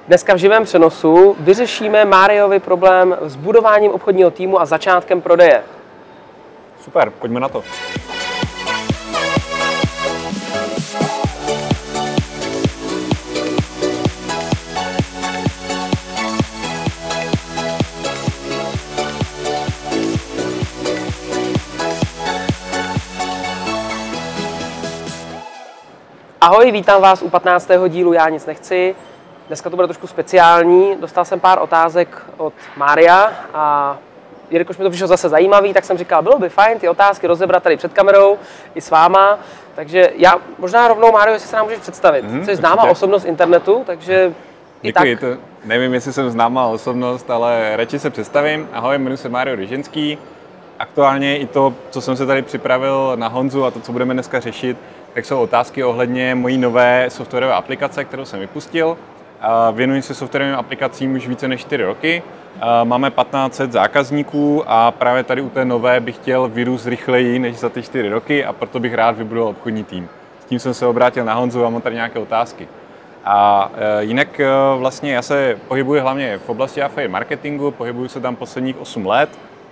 Dneska v živém přenosu vyřešíme Máriovi problém s budováním obchodního týmu a začátkem prodeje. Super, pojďme na to. Ahoj, vítám vás u 15. dílu Já nic nechci. Dneska to bude trošku speciální. Dostal jsem pár otázek od Mária a jelikož mi to přišlo zase zajímavý, tak jsem říkal, bylo by fajn ty otázky rozebrat tady před kamerou i s váma. Takže já možná rovnou, Mário, jestli se nám můžeš představit. Jsi známá osobnost internetu, takže Děkuji, to nevím, jestli jsem známá osobnost, ale radši se představím. Ahoj, jmenuji se Mário Ryženský. Aktuálně i to, co jsem se tady připravil na Honzu a to, co budeme dneska řešit, tak jsou otázky ohledně mojí nové softwarové aplikace, kterou jsem vypustil. Věnuji se softwarovým aplikacím už více než 4 roky. Máme 1500 zákazníků a právě tady u té nové bych chtěl vyrůst rychleji než za ty 4 roky a proto bych rád vybudoval obchodní tým. S tím jsem se obrátil na Honzu a mám tady nějaké otázky. A jinak vlastně já se pohybuji hlavně v oblasti affiliate marketingu, pohybuji se tam posledních 8 let.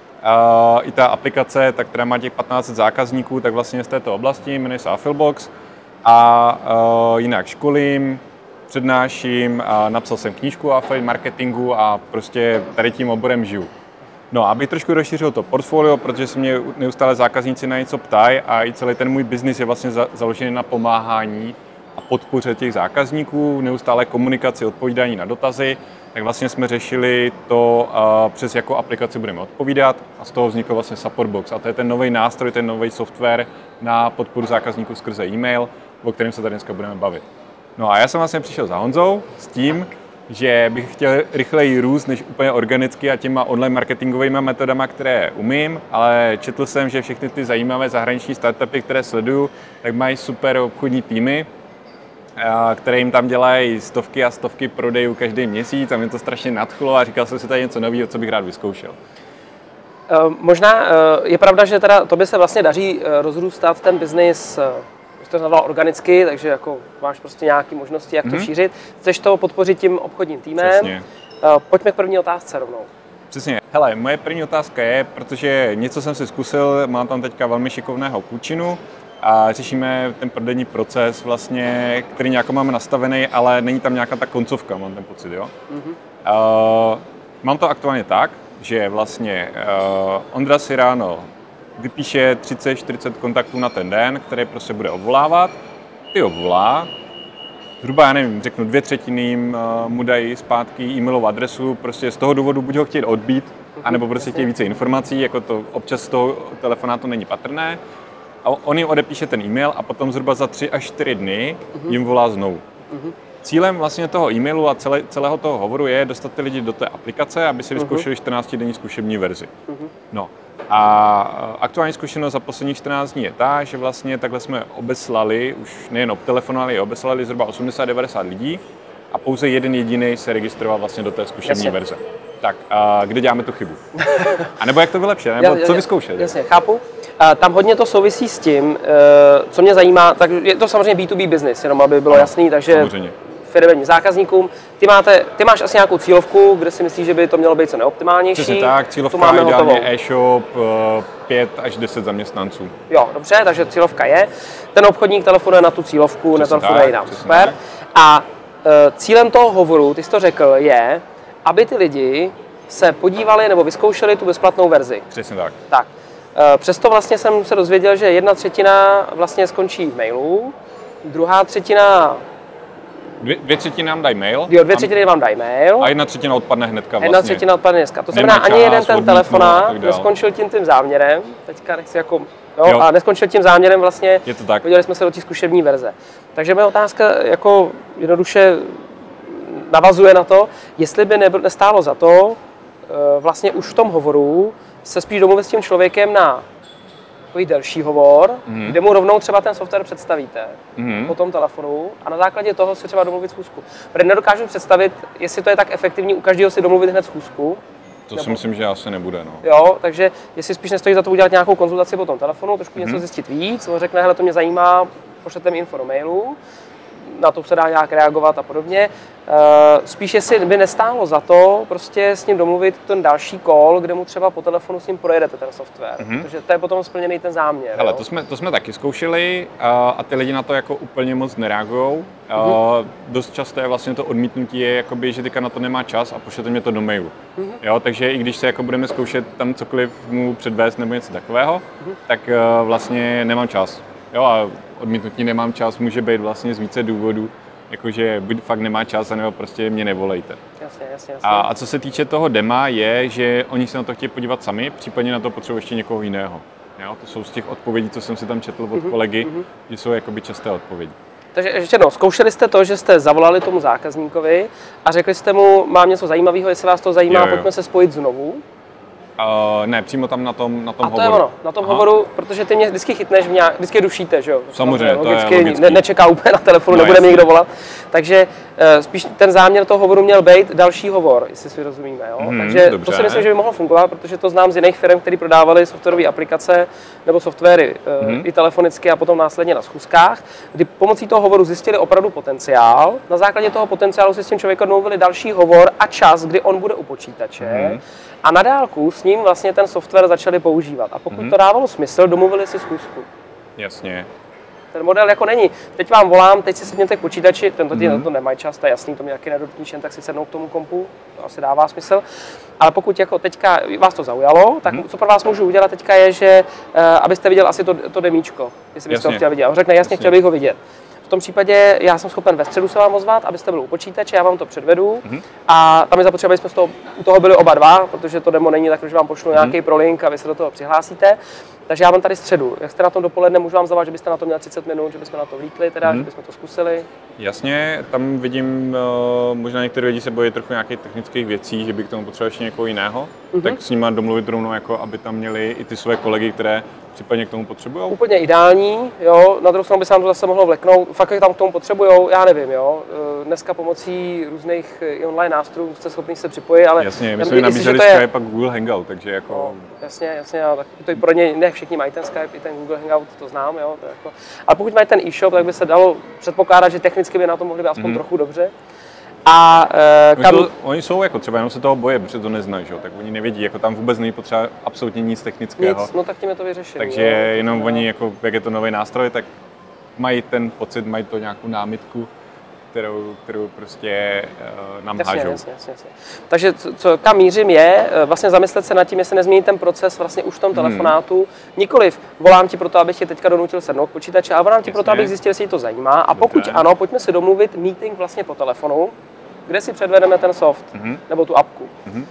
I ta aplikace, tak která má těch 1500 zákazníků, tak vlastně z této oblasti, jmenuje se Affilbox. A jinak školím, přednáším, napsal jsem knížku o affiliate marketingu a prostě tady tím oborem žiju. No a abych trošku rozšířil to portfolio, protože se mě neustále zákazníci na něco ptají a i celý ten můj biznis je vlastně založený na pomáhání a podpoře těch zákazníků, neustále komunikaci, odpovídání na dotazy, tak vlastně jsme řešili to, přes jakou aplikaci budeme odpovídat a z toho vznikl vlastně Supportbox. A to je ten nový nástroj, ten nový software na podporu zákazníků skrze e-mail, o kterém se tady dneska budeme bavit. No a já jsem vlastně přišel za Honzou s tím, že bych chtěl rychleji růst než úplně organicky a těma online marketingovými metodama, které umím, ale četl jsem, že všechny ty zajímavé zahraniční startupy, které sleduju, tak mají super obchodní týmy, které jim tam dělají stovky a stovky prodejů každý měsíc a mě to strašně nadchlo a říkal jsem si tady něco nového, co bych rád vyzkoušel. Možná je pravda, že teda tobě se vlastně daří rozrůstat ten biznis, jsi to nazval organicky, takže jako máš prostě nějaké možnosti, jak to šířit. Chceš to podpořit tím obchodním týmem. Přesně. Pojďme k první otázce rovnou. Přesně. Hele, moje první otázka je, protože něco jsem si zkusil, mám tam teďka velmi šikovného klučinu a řešíme ten prodejní proces vlastně, který nějak máme nastavený, ale není tam nějaká ta koncovka, mám ten pocit, jo? Mám to aktuálně tak, že vlastně Ondra si ráno vypíše 30-40 kontaktů na ten den, který prostě bude obvolávat, ty obvolá, zhruba, já nevím, řeknu 2/3 mu dají zpátky e-mailovou adresu, prostě z toho důvodu buď ho chtějí odbít, anebo prostě chtějí více informací, jako to občas z toho telefonátu není patrné. A on jim odepíše ten e-mail a potom zhruba za 3 až 4 dny jim volá znovu. Cílem vlastně toho e-mailu a celého toho hovoru je dostat ty lidi do té aplikace, aby si vyzkoušeli 14denní zkušební verzi. No. A aktuální zkušenost za posledních 14 dní je ta, že vlastně takhle jsme obeslali, už nejen obtelefonovali, obeslali zhruba 80-90 lidí a pouze jeden jediný se registroval vlastně do té zkušební verze. Tak, a kde děláme tu chybu? A nebo jak to vylepšit? Nebo co vyzkoušet? Jasně, chápu. Tam hodně to souvisí s tím, co mě zajímá, tak je to samozřejmě B2B business, jenom aby bylo jasný, takže samozřejmě. Firmním zákazníkům. Ty máš asi nějakou cílovku, kde si myslíš, že by to mělo být co neoptimálnější. Přesně tak, cílovka je ideálně e-shop, 5 až 10 zaměstnanců. Jo, dobře, takže cílovka je. Ten obchodník telefonuje na tu cílovku, netelefonuje jinam. Super. A cílem toho hovoru, ty jsi to řekl, je, aby ty lidi se podívali nebo vyzkoušeli tu bezplatnou verzi. Přesně tak. Tak. Přesto vlastně jsem se dozvěděl, že 1/3 vlastně skončí v mailu, druhá třetina 2/3 nám dají mail. Jo, 2/3 vám dají mail. A 1/3 odpadne hnedka vlastně. 1/3 odpadne dneska. To znamená, ani jeden ten telefonát neskončil tím záměrem. Teďka nechci jako, jo, a neskončil tím záměrem vlastně. Je to tak. Podívali jsme se do té zkušební verze. Takže moje otázka jako jednoduše navazuje na to, jestli by nestálo za to vlastně už v tom hovoru se spíš domluvit s tím člověkem na takový delší hovor, kde mu rovnou třeba ten software představíte po tom telefonu a na základě toho si třeba domluvit schůzku. Protože nedokážu představit, jestli to je tak efektivní u každého si domluvit hned schůzku. To si myslím, že asi nebude. No. Jo, takže jestli spíš nestojí za to udělat nějakou konzultaci po tom telefonu, trošku něco zjistit víc, on řekne, hele, to mě zajímá, pošlete mi info do mailu, na to se dá nějak reagovat a podobně. Spíš jestli by nestálo za to prostě s ním domluvit ten další call, kde mu třeba po telefonu s ním projedete ten software, protože to je potom splněný ten záměr. Hele, to jsme taky zkoušeli a ty lidi na to jako úplně moc nereagujou. Dost často je vlastně to odmítnutí, je, jakoby, že teďka na to nemá čas a pošlete mě to do mailu. Jo, takže i když se jako budeme zkoušet tam cokoliv mu předvést nebo něco takového, tak vlastně nemám čas. Jo, a odmítnutí nemám čas může být vlastně z více důvodů, jakože buď fakt nemá čas, nebo prostě mě nevolejte. Jasně. A co se týče toho dema je, že oni se na to chtějí podívat sami, případně na to potřebují ještě někoho jiného. Jo, to jsou z těch odpovědí, co jsem si tam četl od kolegy, že jsou jakoby časté odpovědi. Takže ještě jednou, zkoušeli jste to, že jste zavolali tomu zákazníkovi a řekli jste mu, mám něco zajímavého, jestli vás to zajímá, pojďme se spojit znovu. Ne, přímo tam na tom hovoru. A to je ono, na tom hovoru, protože ty mě vždycky chytneš, vždycky dušíte, že jo? Samozřejmě, to je logický. Nečeká úplně na telefonu, nebude mi někdo volat. Takže spíš ten záměr toho hovoru měl být další hovor, jestli si rozumíme, jo? Takže dobře. to si myslím, že by mohlo fungovat, protože to znám z jiných firm, které prodávali softwarové aplikace nebo softwary i telefonicky a potom následně na schůzkách, kdy pomocí toho hovoru zjistili opravdu potenciál. Na základě toho potenciálu si s tím člověkem domluvili další hovor a čas, kdy on bude u počítače. A na dálku s ním vlastně ten software začali používat. A pokud to dávalo smysl, domluvili si schůzku. Jasně. Ten model jako není. Teď vám volám, teď si sedněte k počítači, tento na to nemají čas, to je jasný, to mi taky nedotkníš, jen tak si sednou k tomu kompu, to asi dává smysl. Ale pokud jako teďka vás to zaujalo, tak co pro vás můžu udělat teďka je, že abyste viděl asi to demíčko, jestli byste ho chtěl vidět. On řekne, jasně, chtěl bych ho vidět. V tom případě já jsem schopen ve středu se vám ozvat, abyste byli u počítače, já vám to předvedu a tam je zapotřebí, abychom u toho byli oba dva, protože to demo není tak, že vám pošlu nějaký prolink a vy se do toho přihlásíte. Takže já mám tady středu. Jak jste na tom dopoledne, můžu vám zavolat, že byste na to měli 30 minut, že bychom na to vlítli, teda, že bychom to zkusili. Jasně, tam vidím, možná některé lidi se bojí trochu nějakých technických věcí, že by k tomu potřebovali ještě někoho jiného, tak s nimi domluvit rovnou, jako aby tam měli i ty své kolegy, které případně k tomu potřebují. Úplně ideální, jo. Na druhou stranu by se nám to zase mohlo vleknout. Fakt, jak tam k tomu potřebujou, já nevím, jo. Dneska pomocí různých online nástrojů jste schopni se připojit, ale jasně, my jsme nabízeli Skype a Google Hangout, takže jako jasně, tak to pro ně ne všichni mají ten Skype, i ten Google Hangout, to znám, jo. To jako, ale pokud mají ten e-shop, tak by se dalo předpokládat, že technicky by na to mohli být aspoň trochu dobře. A oni jsou jako třeba jenom se toho boje, protože to neznají, že? Tak oni nevědí, jako tam vůbec není potřeba absolutně nic technického. Nic, no tak tím je to vyřešení. Takže jenom oni, jako, jak je to nový nástroj, tak mají ten pocit, mají to nějakou námitku, kterou prostě nám hážou. Jasně. Takže kam mířím je vlastně zamyslet se nad tím, jestli nezmění ten proces vlastně už v tom telefonátu. Nikoliv volám ti proto, abych tě teďka donutil sednout k počítače, ale volám ti proto, abych zjistil, jestli tě to zajímá. A pokud ano, pojďme si domluvit meeting vlastně po telefonu, kde si předvedeme ten soft nebo tu apku.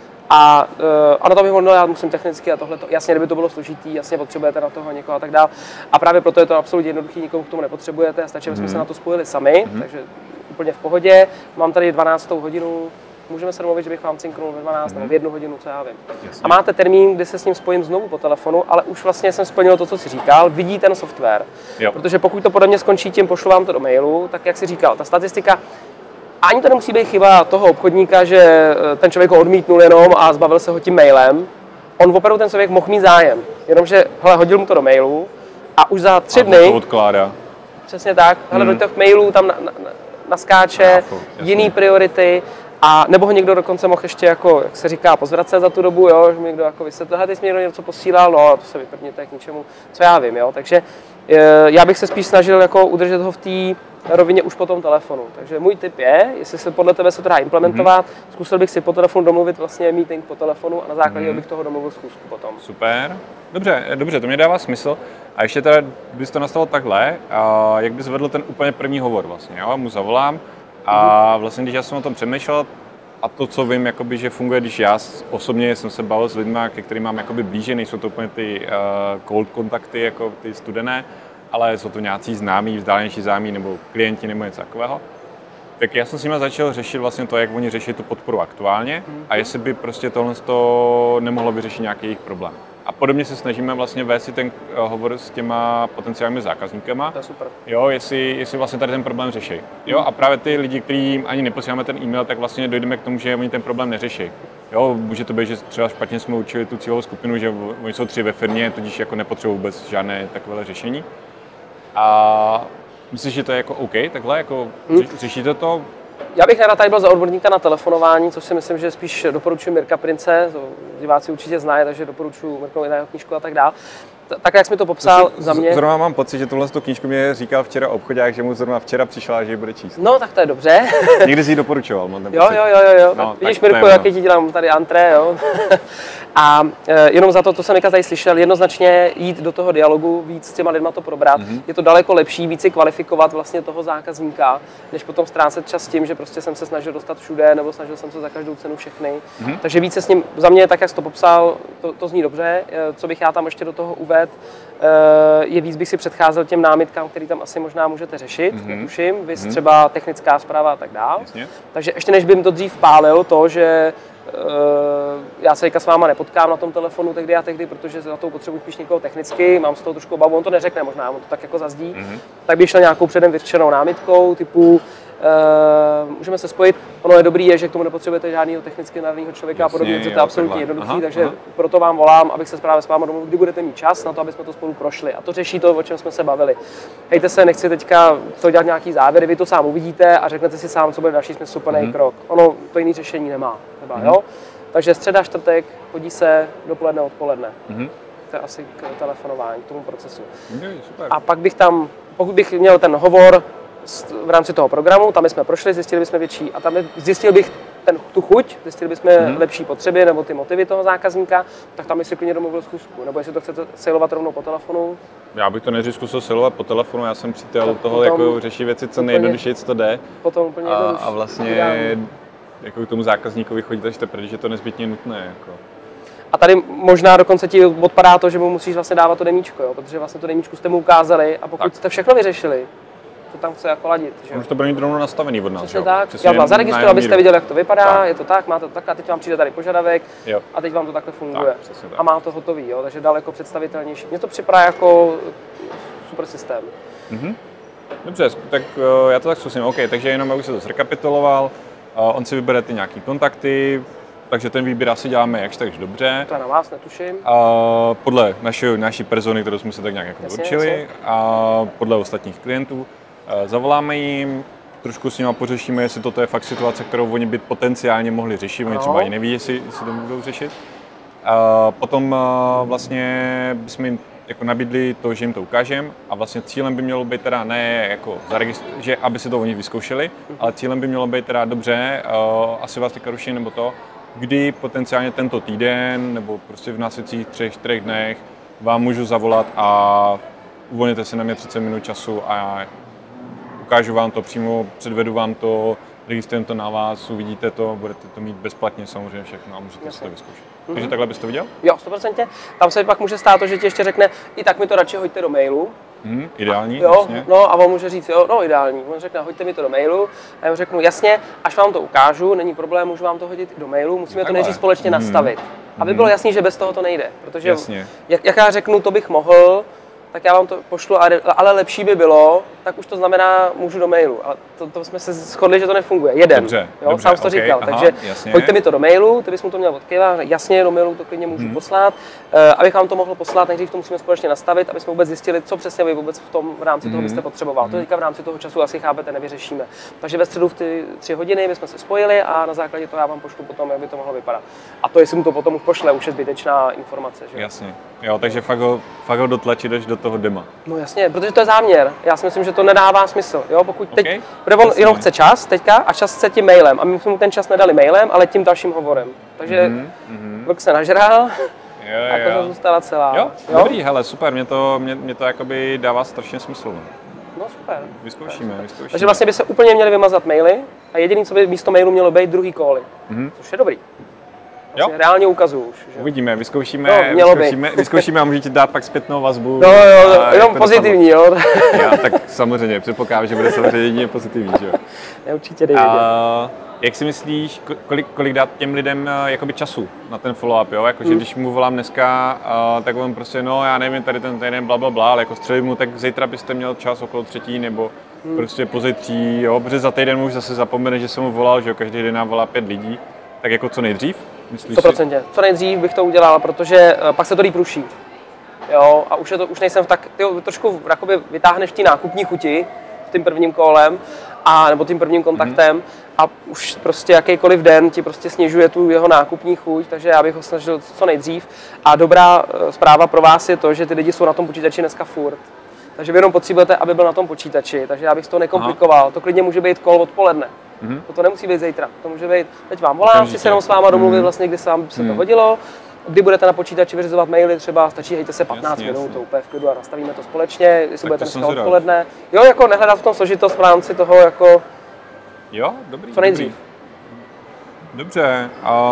A na to bych hodnil, já musím technicky a tohle, jasně, kdyby to bylo složitý, jasně potřebujete na toho někoho a tak dále. A právě proto je to absolutně jednoduchý, nikomu k tomu nepotřebujete a stačí, abychom se na to spojili sami, takže úplně v pohodě. Mám tady 12. hodinu, můžeme se domluvit, že bych vám cinknul ve 12 nebo v 1 hodinu, co já vím. Jasně. A máte termín, kdy se s ním spojím znovu po telefonu, ale už vlastně jsem splnil to, co si říkal, vidí ten software. Jo. Protože pokud to podle mě skončí tím, pošlu vám to do mailu, tak jak si říkal, ta statistika, ani to nemusí být chyba toho obchodníka, že ten člověk ho odmítnul jenom a zbavil se ho tím mailem. On opravdu ten člověk mohl mít zájem, jenomže hodil mu to do mailu a už za 3 dny. To odkládá. Přesně tak, do těch mailů tam naskáče jiný priority. A nebo ho někdo dokonce mohl ještě, jako, jak se říká, pozvracet za tu dobu, jo, že mi někdo jako vysvětlil, ty jsi mi někdo něco posílal, no a to se vyprdněte k ničemu, co já vím, jo. Takže já bych se spíš snažil jako udržet ho v té rovině už po tom telefonu. Takže můj tip je, jestli se podle tebe se to dá implementovat, zkusil bych si po telefonu domluvit vlastně meeting po telefonu a na základě bych toho domluvil schůzku potom. Super. Dobře, to mě dává smysl. A ještě teda, kdybys to nastavil takhle, jak bys vedl ten úplně první hovor vlastně, jo? Mu zavolám a vlastně, když já jsem o tom přemýšlel, a to, co vím, jakoby, že funguje, když já osobně jsem se bavil s lidmi, ke kterým mám jakoby blíže, nejsou to úplně ty cold kontakty, jako ty studené, ale jsou to nějací známí, vzdálenější známí nebo klienti nebo něco takového. Tak já jsem s nimi začal řešit vlastně to, jak oni řeší tu podporu aktuálně a jestli by prostě tohle nemohlo vyřešit nějaký jejich problém. A podobně se snažíme vlastně vést si ten hovor s těma potenciálními zákazníkama. To je super. Jo, jestli vlastně tady ten problém řeší. Jo, a právě ty lidi, kterým ani neposíláme ten e-mail, tak vlastně dojdeme k tomu, že oni ten problém neřeší. Jo, může to být, že třeba špatně jsme učili tu cílovou skupinu, že oni jsou 3 ve firmě, tudíž jako nepotřebují vůbec žádné takové řešení. A Myslíš, že to je jako OK, takhle, jako řešíte to? Já bych nerad tady byl za odborníka na telefonování, což si myslím, že spíš doporučuji Mirka Prince, to diváci určitě znají, takže doporučuji Mirkovi na jeho knížku a tak dál. Tak, jak jsi mi to popsal za mě. Zrovna mám pocit, že tuhle knížku mě říkal včera obchodák, že mu zrovna včera přišla, že ji bude číst. No, tak to je dobře. Někdy jsi ji doporučoval, mám ten pocit. Jo. No, vidíš, Mirku, jaký ti dělám tady antré, jo. A jenom za to jsem tady slyšel, jednoznačně jít do toho dialogu, víc s těma lidma to probrat. Je to daleko lepší, víc si kvalifikovat vlastně toho zákazníka, než potom ztrácet čas tím, že prostě jsem se snažil dostat všude, nebo snažil jsem se za každou cenu všechny. Takže více s ním, za mě, tak jak jsi to popsal, to zní dobře. Co bych já tam ještě do toho uvedl, je víc bych si předcházel těm námitkám, které tam asi možná můžete řešit, netuším, vys třeba technická zpráva a tak dál. Takže ještě než bym to dřív pálil, to, že já se s váma nepotkám na tom telefonu tehdy a tehdy, protože za to potřebuji spíš někoho technicky, mám z toho trošku obavu, on to neřekne možná, on to tak jako zazdí, tak bych šel nějakou předem vyřčenou námitkou typu můžeme se spojit, ono je dobrý, že k tomu nepotřebujete žádného technicky nadaného člověka a podobně, že to je absolutně jednoduchý, takže proto vám volám, abych se právě s vámi domluvil, kdy budete mít čas na to, aby jsme to spolu prošli. A to řeší to, o čem jsme se bavili. Hejte se, nechci teďka to dělat nějaký závěry, vy to sám uvidíte a řeknete si sám, co bude další smysluplný krok. Ono to jiný řešení nemá. Jo? Takže středa, čtvrtek, hodí se dopoledne, odpoledne. To je asi k telefonování, k tomu procesu. Super. A pak bych tam, pokud bych měl ten hovor v rámci toho programu, tam jsme prošli, zjistili bychom větší a tam zjistil bych tu chuť, zjistili bychom lepší potřeby nebo ty motivy toho zákazníka, tak tam bych si klidně domluvil schůzku. Nebo jestli to chcete salovat rovnou po telefonu. Já bych to nejdřív zkusil salovat po telefonu, já jsem přítel toho jako řeší věci co nejjednodušeji, co to jde. Potom úplně jednodušší. A vlastně jako k tomu zákazníkovi chodíte až teprve, že je to nezbytně nutné. Jako. A tady možná dokonce ti odpadá to, že mu musíš vlastně dávat to demíčko, jo? Protože vlastně to demíčko jste mu ukázali a pokud jste všechno vyřešili, to tam chce jako ladit. Že? Už to bude mít rovnou nastavený od nás. Přesně tak. Já vás zaregistruji, abyste viděli, jak to vypadá, je to tak, máte to tak a teď vám přijde tady požadavek a teď vám to takhle funguje. Tak, a má to hotový, jo? Takže daleko představitelnější. Mně to připadá jako super systém. Dobře, tak já to tak zkusím. OK, takže jenom abych se to zrekapituloval, on si vybere ty nějaký kontakty, takže ten výběr asi děláme jakž takž dobře. To je na vás, netuším. Podle naší persony, kterou jsme se tak nějak jako určili, a podle ostatních klientů. Zavoláme jim, trošku s nimi pořešíme, jestli toto je fakt situace, kterou oni by potenciálně mohli řešit, oni třeba i neví, jestli to budou řešit. Potom vlastně bychom jim jako nabídli to, že jim to ukážeme a vlastně cílem by mělo být teda ne jako že aby si to oni vyzkoušeli, ale cílem by mělo být teda dobře, asi vás teďka ruším nebo to, kdy potenciálně tento týden nebo prostě v následujících 3-4 dnech vám můžu zavolat a uvolněte si na mě 30 minut času a ukážu vám to přímo, předvedu vám to, registrujeme to na vás, uvidíte to, budete to mít bezplatně samozřejmě všechno a můžete si to vyzkoušet. Takže takhle byste to viděl? Jo, 100%. Tam se pak může stát to, že ti ještě řekne, i tak mi to radši hoďte do mailu. Ideální, jo, jasně. No a on může říct, jo, no ideální. On řekne, hoďte mi to do mailu. A já mu řeknu, jasně, až vám to ukážu, není problém, můžu vám to hodit do mailu, musíme to nejdřív společně nastavit. Aby bylo jasný, že bez toho to nejde. Protože jak já řeknu, to bych mohl, tak já vám to pošlu, ale lepší by bylo, tak už to znamená, můžu do mailu. Ale to jsme se shodli, že to nefunguje. Jeden. Dobře, sám jsi to říkal. Takže hoďte mi to do mailu, ty bys mu to měl odkývat, jasně, do mailu to klidně můžu poslat. Abych vám to mohl poslat, nejdřív to musíme společně nastavit, aby jsme vůbec zjistili, co přesně vy vůbec v rámci toho byste potřeboval. To teďka v rámci toho času asi chápete, nevyřešíme. Takže ve středu v ty 3 hodiny bychom se spojili a na základě toho já vám pošlu potom, jak by to mohlo vypadat. A to, jestli mu to potom už pošle, už je zbytečná informace. Že? Jasně. Jo, takže fakt ho dotlačit až do toho dema. No jasně, protože to je záměr. Já si myslím, že to nedává smysl. Jo, pokud teď, on jenom chce čas teďka a čas chce tím mailem. A my jsme mu ten čas nedali mailem, ale tím dalším hovorem. Takže vlk se nažral a koza zůstala celá. Jo, dobrý, hele, super, mě to jakoby dává strašně smysl. No super. Vyzkoušíme. Takže vlastně by se úplně měli vymazat maily a jediný, co by místo mailu mělo být, druhý call. Což je dobrý. Vlastně reálně ukazuju už. Že? Uvidíme, vyzkoušíme a můžete dát pak zpětnou vazbu. No, jenom pozitivní, jo. Já, tak samozřejmě, předpokládám, že bude samozřejmě jedině pozitivní, že jo. Určitě dej vědět. Jak si myslíš, kolik dát těm lidem jakoby času na ten follow-up, jo? Jako, že když mu volám dneska, tak on prostě, no já nevím, tady ten týden blablabla, ale jako střelit mu, tak zítra byste měl čas okolo 3 nebo prostě pozítří, jo? Protože za týden mu už zase zapomene, že jsem mu volal, že jo, každý den nám volá 5 lidí, tak jako co nejdřív? 100%. Co nejdřív bych to udělal, protože pak se to líp ruší. Jo, a už nejsem tak, trošku jakoby vytáhneš v té nákupní chuti, tím prvním kolem, a nebo tím prvním kontaktem a už prostě jakýkoliv den ti prostě snižuje tu jeho nákupní chuť, takže já bych ho snažil co nejdřív. A dobrá zpráva pro vás je to, že ty lidi jsou na tom počítači dneska furt. Takže vy jenom potřebujete, aby byl na tom počítači, takže já bych to nekomplikoval. To klidně může být call odpoledne. To nemusí být zítra, to může být, teď vám volám, chci se jenom s váma domluvit vlastně, kdy se vám se to hodilo. Kdy budete na počítači vyřizovat maily, třeba stačí, hejte se 15 minut, to úplně v klidu a nastavíme to společně, jestli budete dneska odpoledne. Jo, jako nehledat v tom složitost v rámci toho jako jo, dobrý, co nejdřív. Dobře.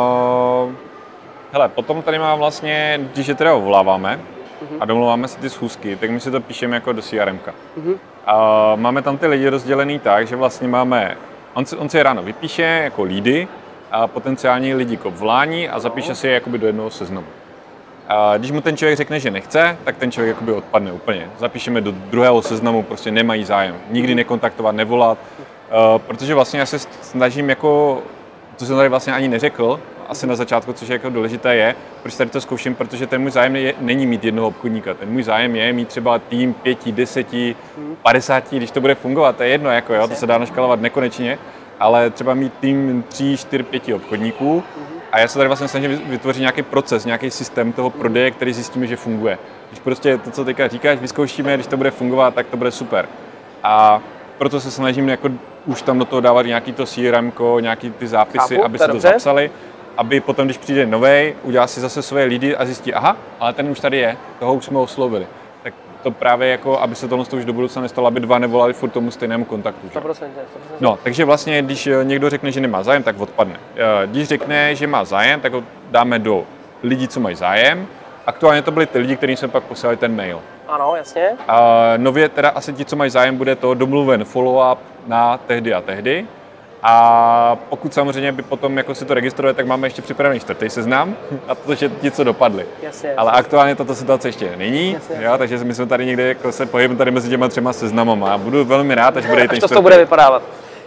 Hele, potom tady mám vlastně, když je teda voláváme a domluváme si ty schůzky, tak my si to píšeme jako do CRMka. Máme tam ty lidi rozdělený tak, že vlastně máme, on si je ráno vypíše jako lídy, a potenciální lidi k obvolání a zapíše si je jakoby do jednoho seznamu. A když mu ten člověk řekne, že nechce, tak ten člověk jakoby odpadne úplně. Zapíšeme do druhého seznamu, prostě nemají zájem. Nikdy nekontaktovat, nevolat, protože vlastně já se snažím jako, to jsem tady vlastně ani neřekl, asi na začátku, což je jako důležité je, proč tady to zkouším, protože ten můj zájem není mít jednoho obchodníka. Ten můj zájem je mít třeba tým 5, 10, 50, když to bude fungovat, to je jedno, jako jo, to se dá naškalovat nekonečně. Ale třeba mít tým 3, 4, 5 obchodníků a já se tady vlastně snažím vytvořit nějaký proces, nějaký systém toho prodeje, který zjistíme, že funguje. Když prostě to, co teďka říkáš, vyzkoušíme, když to bude fungovat, tak to bude super. A proto se snažím jako už tam do toho dávat nějaký to CRMko, nějaký ty zápisy, aby se to zapsali, aby potom, když přijde novej, udělá si zase svoje lidi a zjistí, aha, ale ten už tady je, toho už jsme oslovili. Tak to právě jako, aby se tohle už do budoucna nestalo, aby dva nevolali furt tomu stejnému kontaktu. 100%. No, takže vlastně, když někdo řekne, že nemá zájem, tak odpadne. Když řekne, že má zájem, tak ho dáme do lidí, co mají zájem. Aktuálně to byli ty lidi, kterým jsme pak poslali ten mail. Ano, jasně. Nově teda asi ti, co mají zájem, bude to domluven follow-up na tehdy a tehdy. A pokud samozřejmě by potom jako si to registruje, tak máme ještě připravený 4. seznam a to je ti, co dopadli. Jasně. Ale aktuálně tato situace ještě není, jasně. Jo, takže my jsme tady někde jako se pohybujeme tady mezi těma 3 seznamama a budu velmi rád, až bude i ten 4. to bude vypadávat.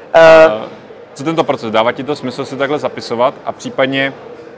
Co tento proces? Dává ti to smysl si takhle zapisovat a případně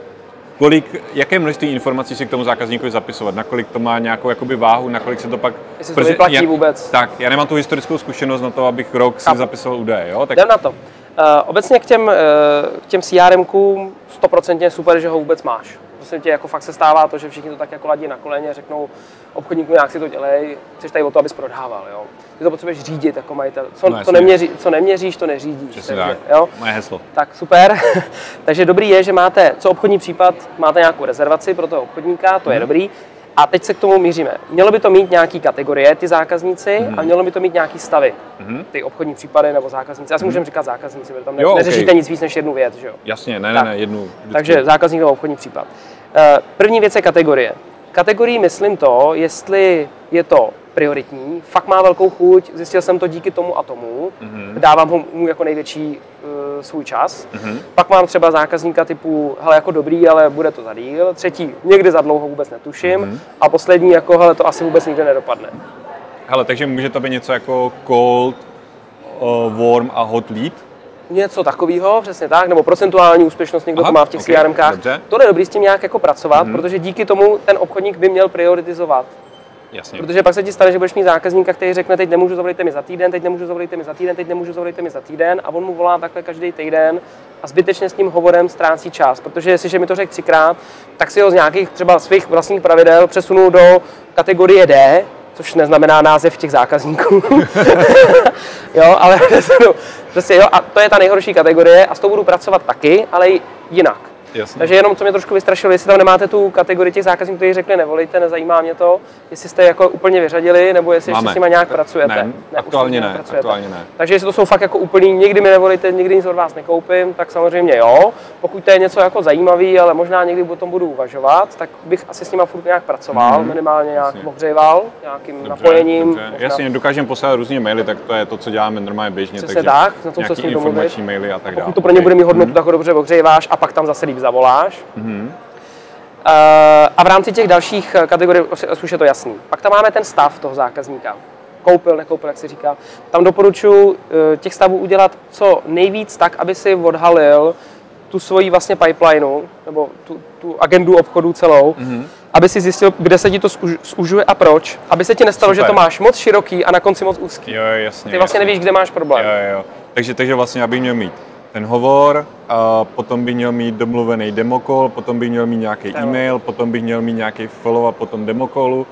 jaké množství informací si k tomu zákazníkovi zapisovat, nakolik to má nějakou jakoby váhu, nakolik se to pak... Jestli to vyplatí vůbec. Tak, já nemám tu historickou zkušenost na to, abych rok si zapisoval údaje, jo? Tak... Jdem na to. Obecně k těm CRMkům 100% je super, že ho vůbec máš. Prostě tě jako fakt se stává to, že všichni to tak jako ladí na koleně, řeknou obchodníku, nějak si to dělej, chceš tady o to, abys prodával, jo. Ty to potřebuješ řídit jako majitel. Co neměříš, to neřídíš. Přesně tak, jo? Moje heslo. Tak super. Takže dobrý je, že máte, co obchodní případ, máte nějakou rezervaci pro toho obchodníka, to je dobrý. A teď se k tomu míříme. Mělo by to mít nějaký kategorie, ty zákazníci, a mělo by to mít nějaký stavy, ty obchodní případy nebo zákazníci. Já si můžeme říkat zákazníci, protože tam neřešíte nic víc než jednu věc, že jo? Jasně, ne, jednu. Vždycky. Takže zákazník nebo obchodní případ. První věc je kategorie. Kategorii myslím to, jestli je to prioritní, fakt má velkou chuť, zjistil jsem to díky tomu a tomu, dávám mu jako největší svůj čas. Pak mám třeba zákazníka typu, hele, jako dobrý, ale bude to za díl. Třetí, někdy za dlouho vůbec netuším. A poslední, jako, hele, to asi vůbec nikdy nedopadne. Hele, takže může to být něco jako cold, warm a hot lead? Něco takového, přesně tak, nebo procentuální úspěšnost, někdo to má v těch CRMkách. To je dobrý s tím nějak jako pracovat, protože díky tomu ten obchodník by měl prioritizovat. Jasně. Protože pak se ti stane, že budeš mít zákazníka, který řekne, teď nemůžu, zavolejte mi za týden, teď nemůžu, zavolejte mi za týden, teď nemůžu, zavolejte mi za týden, a on mu volá takhle každý týden a zbytečně s tím hovorem ztrácí čas, protože jestliže mi to řekl 3krát, tak si ho z nějakých třeba svých vlastních pravidel přesunu do kategorie D, což neznamená název těch zákazníků. Jo, ale prostě jo, a to je ta nejhorší kategorie a s tou budu pracovat taky, ale jinak. Jasně. Takže jenom, co mě trošku vystrašilo, jestli tam nemáte tu kategorii těch zákazníků, kteří řekli nevolejte, nezajímá mě to, jestli jste jako úplně vyřadili, nebo jestli ještě s nimi nějak pracujete. Ne, aktuálně ne. Takže jestli to jsou fakt jako úplný, nikdy mi nevolejte, nikdy nic od vás nekoupím, tak samozřejmě jo. Pokud to je něco jako zajímavý, ale možná někdy o tom budu uvažovat, tak bych asi s nima furt nějak pracoval, minimálně nějak ohřejval, nějakým napojením. Jasně, dokážeme poslat různě maily, tak to je to, co děláme normálně běžně. Přesně tak, na tom se s ním domluvit. Maily a tak dále. Pokud to pro ně bude mít hodnotu, tak ho dobře ohřejváš a pak tam zase líp zavoláš. A v rámci těch dalších kategorií už je to jasný. Pak tam máme ten stav toho zákazníka. Koupil, nekoupil, jak se říká. Tam doporučuji těch stavů udělat co nejvíc tak, aby si odhalil tu svoji vlastně pipelineu, nebo tu agendu obchodu celou. aby si zjistil, kde se ti to zužuje a proč. Aby se ti nestalo, Super. že to máš moc široký a na konci moc úzký. Jo, jasně. Ty vlastně jasně. nevíš, kde máš problém. Jo. Takže vlastně, aby měl mít ten hovor, a potom by měl mít domluvený demokol, potom by měl mít nějaký e-mail, potom by měl mít nějaký follow-up po tom demokolu,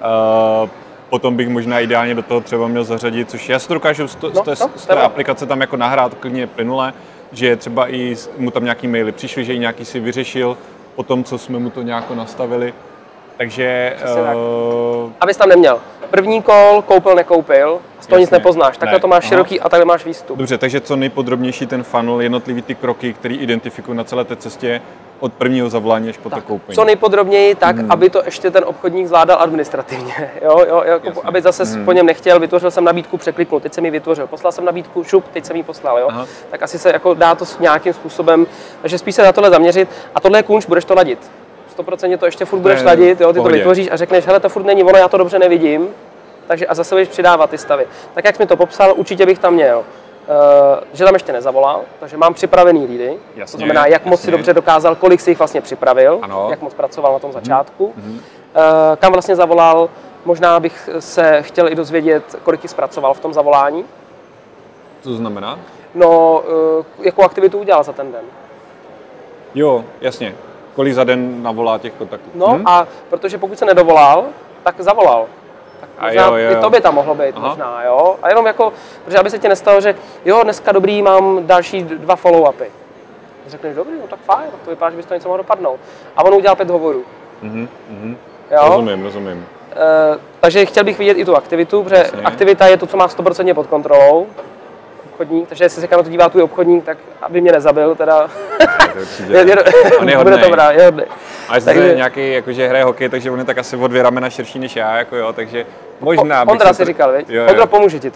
potom bych možná ideálně do toho třeba měl zařadit, což já si to dokážu z té aplikace tam jako nahrát klidně plynule, že třeba i mu tam nějaký maily přišly, že i nějaký si vyřešil po tom, co jsme mu to nějak nastavili. Takže... Abys tam neměl první kol, koupil, nekoupil, z toho nic nepoznáš. Takhle to máš široký a takhle máš výstup. Dobře, takže co nejpodrobnější ten funnel, jednotlivý ty kroky, který identifikují na celé té cestě od prvního zavolání až po to koupení. Co nejpodrobněji tak, aby to ještě ten obchodník zvládal administrativně. Jo, jako, aby zase po něm nechtěl, vytvořil jsem nabídku, překliknu, teď jsem ji vytvořil, poslal jsem nabídku, šup, teď jsem ji poslal. Jo? Tak asi se jako dá to nějakým způsobem, takže spíš se na tohle zaměřit a tohle je kunš, budeš to ladit. 100% to ještě furt budeš ladit, jo? Ty to vytvoříš a řekneš, hele, to furt není ono, já to dobře nevidím, takže a zase budeš přidávat ty stavy. Tak jak jsi mi to popsal, určitě bych tam měl, že tam ještě nezavolal, takže mám připravený lídy, to znamená, jak moc si dobře dokázal, kolik si jich vlastně připravil, jak moc pracoval na tom začátku, kam vlastně zavolal, možná bych se chtěl i dozvědět, kolik jich zpracoval v tom zavolání. Co to znamená? No, jakou aktivitu udělal za ten den. Jo, jasně. Kolik za den navolá těch kontaktů? No a protože pokud se nedovolal, tak zavolal. Tak možná i to by tam mohlo být možná, jo. A jenom jako, protože aby se ti nestalo, že jo, dneska dobrý, mám další 2 follow-upy. Řekneš, dobrý, no tak fajn, to vypadá, že bys to něco mohlo dopadnout. A on udělal 5 hovorů. Jo? Rozumím. Takže chtěl bych vidět i tu aktivitu, protože aktivita je to, co má 100% pod kontrolou. Obchodník, takže jestli se na to dívá tvůj obchodník, tak aby mě nezabil, teda. On je bude to brát, je hodnej. A jestli je nějaký, jakože hraje hokej, takže on je tak asi o 2 ramena širší než já, jako jo, takže možná... Ondra si říkal, viď? Ondro, pomůže ti to.